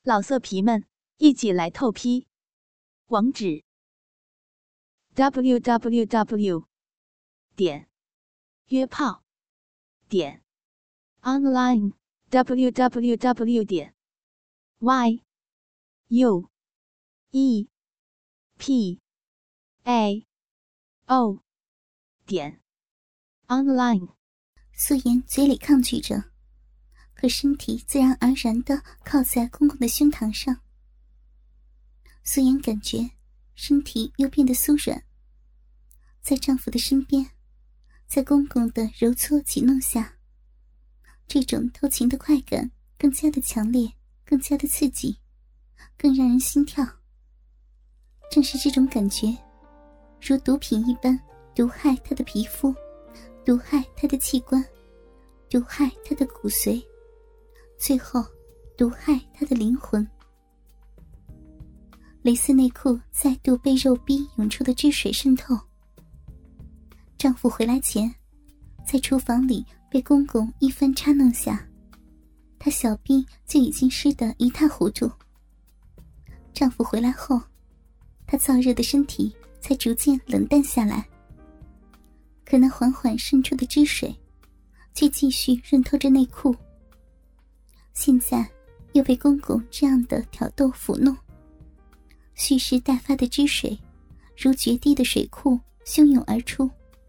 老色皮们，一起来透批！网址 www.约炮online www.yuepao.online。 素颜嘴里抗拒着，可身体自然而然地靠在公公的胸膛上。素颜感觉身体又变得酥软，在丈夫的身边，在公公的揉搓挤弄下，这种偷情的快感更加的强烈，更加的刺激，更让人心跳。正是这种感觉，如毒品一般毒害他的皮肤，毒害他的器官，毒害他的骨髓，最后毒害他的灵魂。蕾丝内裤再度被肉逼涌出的汁水渗透。丈夫回来前，在厨房里被公公一番插弄下，她小臂就已经湿得一塌糊涂。丈夫回来后，她燥热的身体才逐渐冷淡下来，可那缓缓渗出的汁水却继续润透着内裤。现在又被公公这样的挑逗抚弄，蓄势待发的汁水如决堤的水库汹涌而出。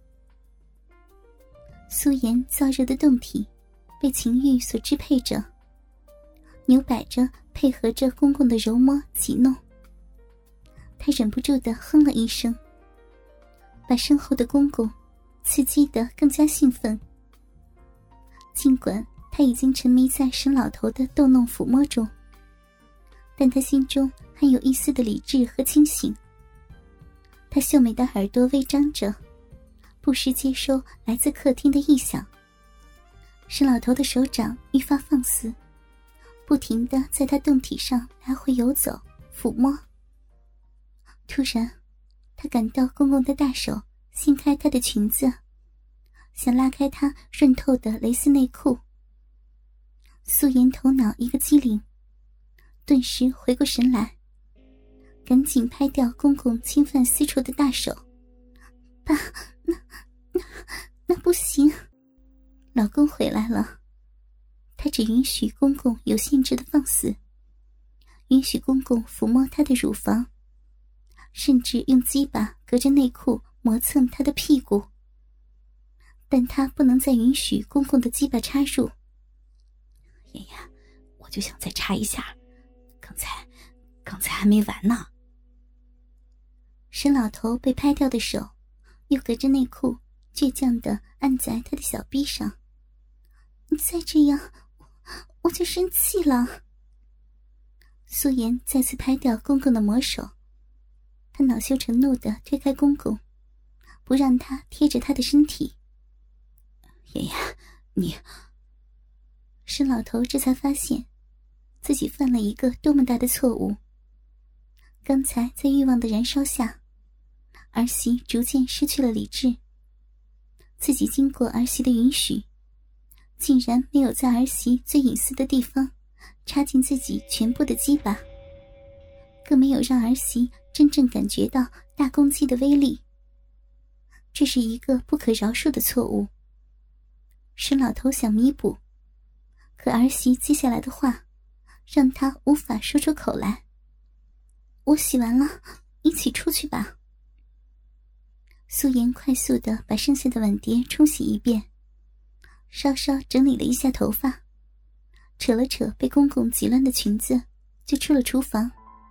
素颜燥热的胴体被情欲所支配着，扭摆着配合着公公的揉摸挤弄。她忍不住地哼了一声，把身后的公公刺激得更加兴奋。尽管他已经沉迷在沈老头的逗弄抚摸中，但他心中还有一丝的理智和清醒。他秀美的耳朵微张着，不时接收来自客厅的异响。沈老头的手掌愈发放肆，不停地在他胴体上来回游走抚摸。突然他感到公公的大手掀开她的裙子，想拉开她润透的蕾丝内裤。素颜头脑一个机灵，顿时回过神来，赶紧拍掉公公侵犯私处的大手。爸，那不行。老公回来了，他只允许公公有限制的放肆，允许公公抚摸他的乳房，甚至用鸡巴隔着内裤磨蹭他的屁股，但他不能再允许公公的鸡巴插入。 爷爷，我就想再插一下，刚才还没完呢。 沈老头被拍掉的手又隔着内裤倔强地按在他的小臂上。你再这样我就生气了。素颜再次拍掉公公的魔手，他恼羞成怒地推开公公，不让他贴着他的身体。 爷爷，你…… 沈老头这才发现自己犯了一个多么大的错误。刚才在欲望的燃烧下，儿媳逐渐失去了理智，自己经过儿媳的允许，竟然没有在儿媳最隐私的地方插进自己全部的鸡巴，更没有让儿媳真正感觉到大公鸡的威力。这是一个不可饶恕的错误。沈老头想弥补，可儿媳接下来的话让他无法说出口来。我洗完了，一起出去吧。素颜快速地把剩下的碗碟冲洗一遍，稍稍整理了一下头发，扯了扯被公公挤乱的裙子，就出了厨房。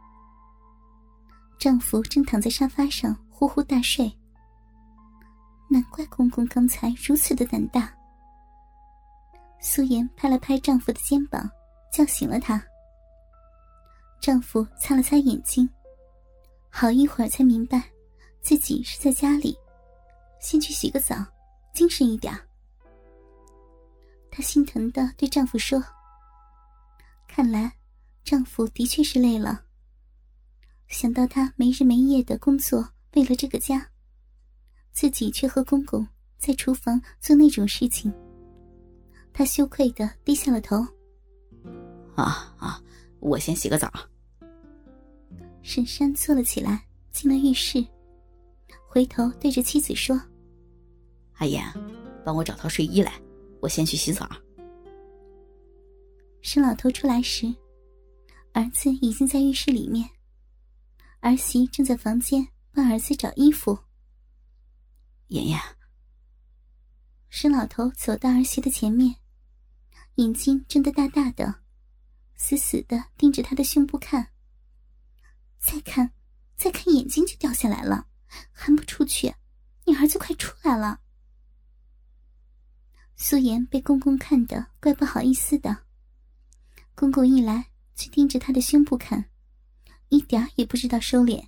丈夫正躺在沙发上呼呼大睡，难怪公公刚才如此的胆大。素颜拍了拍丈夫的肩膀，叫醒了他。丈夫擦了擦眼睛，好一会儿才明白自己是在家里，先去洗个澡，精神一点。她心疼地对丈夫说，看来丈夫的确是累了。想到他没日没夜的工作，为了这个家，自己却和公公在厨房做那种事情，她羞愧地低下了头。 我先洗个澡。 沈山坐了起来，进了浴室，回头对着妻子说： 阿言，帮我找套睡衣来，我先去洗澡。 沈老头出来时，儿子已经在浴室里面，儿媳正在房间帮儿子找衣服。 妍妍。 沈老头走到儿媳的前面，眼睛睁得大大的，死死地盯着她的胸部看。再看眼睛就掉下来了，还不出去，你儿子快出来了。素颜被公公看得怪不好意思的，公公一来就盯着她的胸部看，一点也不知道收敛。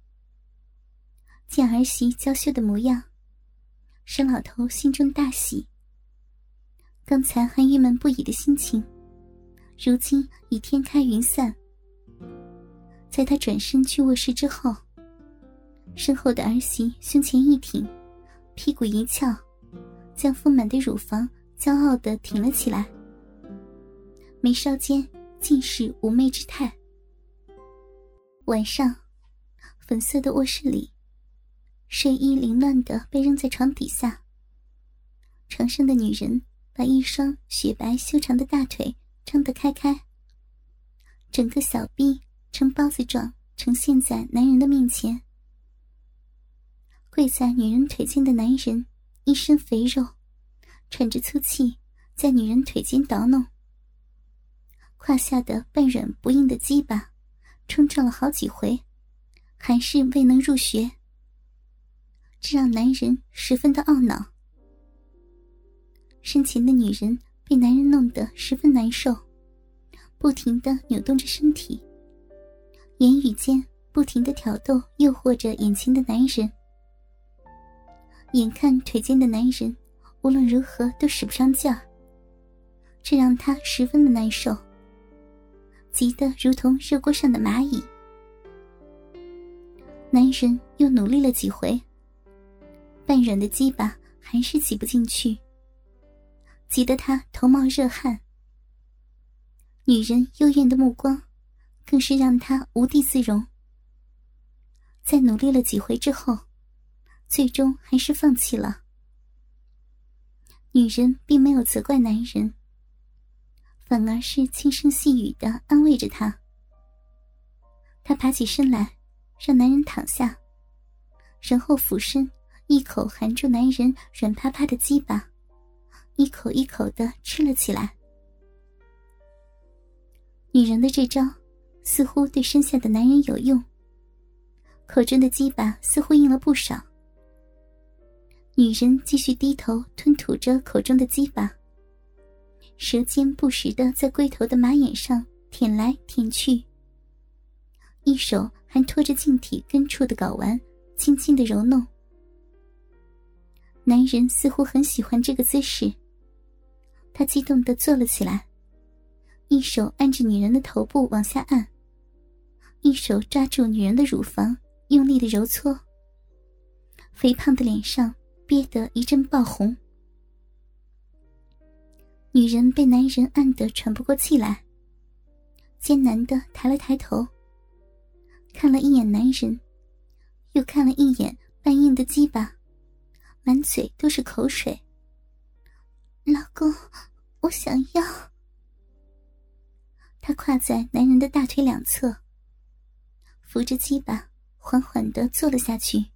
见儿媳娇羞的模样，沈老头心中大喜，刚才还郁闷不已的心情，如今已天开云散。在他转身去卧室之后，身后的儿媳胸前一挺，屁股一翘，将丰满的乳房骄傲地挺了起来，眉梢间尽是妩媚之态。晚上，粉色的卧室里，睡衣凌乱地被扔在床底下，床上的女人把一双雪白修长的大腿张得开开，整个小臂呈包子状呈现在男人的面前。跪在女人腿间的男人一身肥肉，喘着粗气在女人腿间捣弄，胯下的半软不硬的鸡巴冲撞了好几回，还是未能入穴，这让男人十分的懊恼。身前的女人被男人弄得十分难受，不停地扭动着身体，言语间不停地挑逗诱惑着眼前的男人。眼看腿间的男人无论如何都使不上劲儿，这让他十分的难受，急得如同热锅上的蚂蚁。男人又努力了几回，半软的鸡巴还是挤不进去，急得他头冒热汗。女人幽怨的目光更是让他无地自容。在努力了几回之后，最终还是放弃了。女人并没有责怪男人，反而是轻声细语地安慰着他。她爬起身来，让男人躺下，然后俯身一口含住男人软趴趴的鸡巴，一口一口地吃了起来。女人的这招似乎对身下的男人有用，口中的鸡巴似乎硬了不少。女人继续低头吞吐着口中的鸡巴，舌尖不时地在龟头的马眼上舔来舔去，一手还拖着茎体根处的睾丸轻轻地揉弄。男人似乎很喜欢这个姿势，他激动地坐了起来，一手按着女人的头部往下按，一手抓住女人的乳房用力地揉搓，肥胖的脸上憋得一阵爆红。女人被男人按得喘不过气来，艰难地抬了抬头，看了一眼男人，又看了一眼半硬的鸡巴，满嘴都是口水。老公，我想要。她跨在男人的大腿两侧，扶着鸡巴缓缓地坐了下去。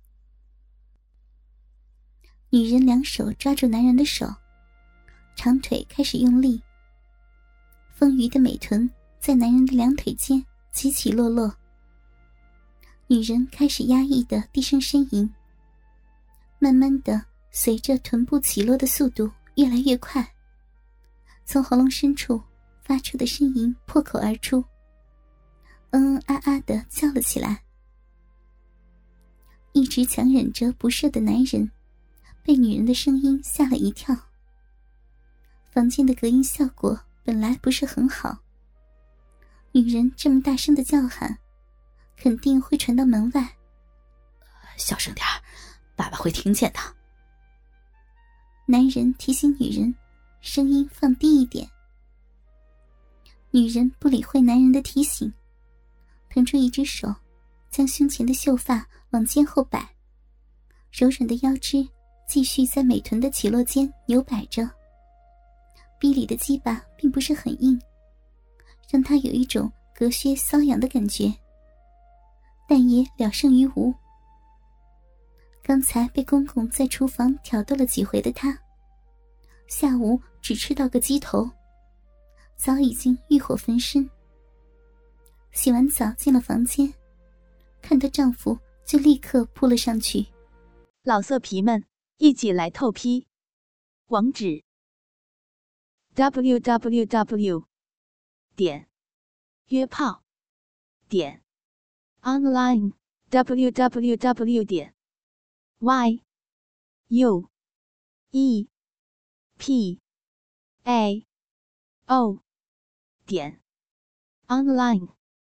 女人两手抓住男人的手，长腿开始用力，丰腴的美臀在男人的两腿间起起落落。女人开始压抑地低声呻吟，慢慢地随着臀部起落的速度越来越快，从喉咙深处发出的呻吟破口而出，啊啊地叫了起来。一直强忍着不射的男人被女人的声音吓了一跳。房间的隔音效果本来不是很好，女人这么大声的叫喊肯定会传到门外。 小声点，爸爸会听见的。 男人提醒女人声音放低一点。 女人不理会男人的提醒，腾出一只手，将胸前的秀发往肩后摆，柔软的腰肢继续在美臀的起落间扭摆着。逼里的鸡巴并不是很硬，让他有一种隔靴搔痒的感觉，但也了胜于无。刚才被公公在厨房挑逗了几回的他，下午只吃到个鸡头，早已经欲火焚身。洗完澡进了房间，看到丈夫就立刻扑了上去。 老色皮们，一起来透批！网址 www.约炮.online www.yuepao.online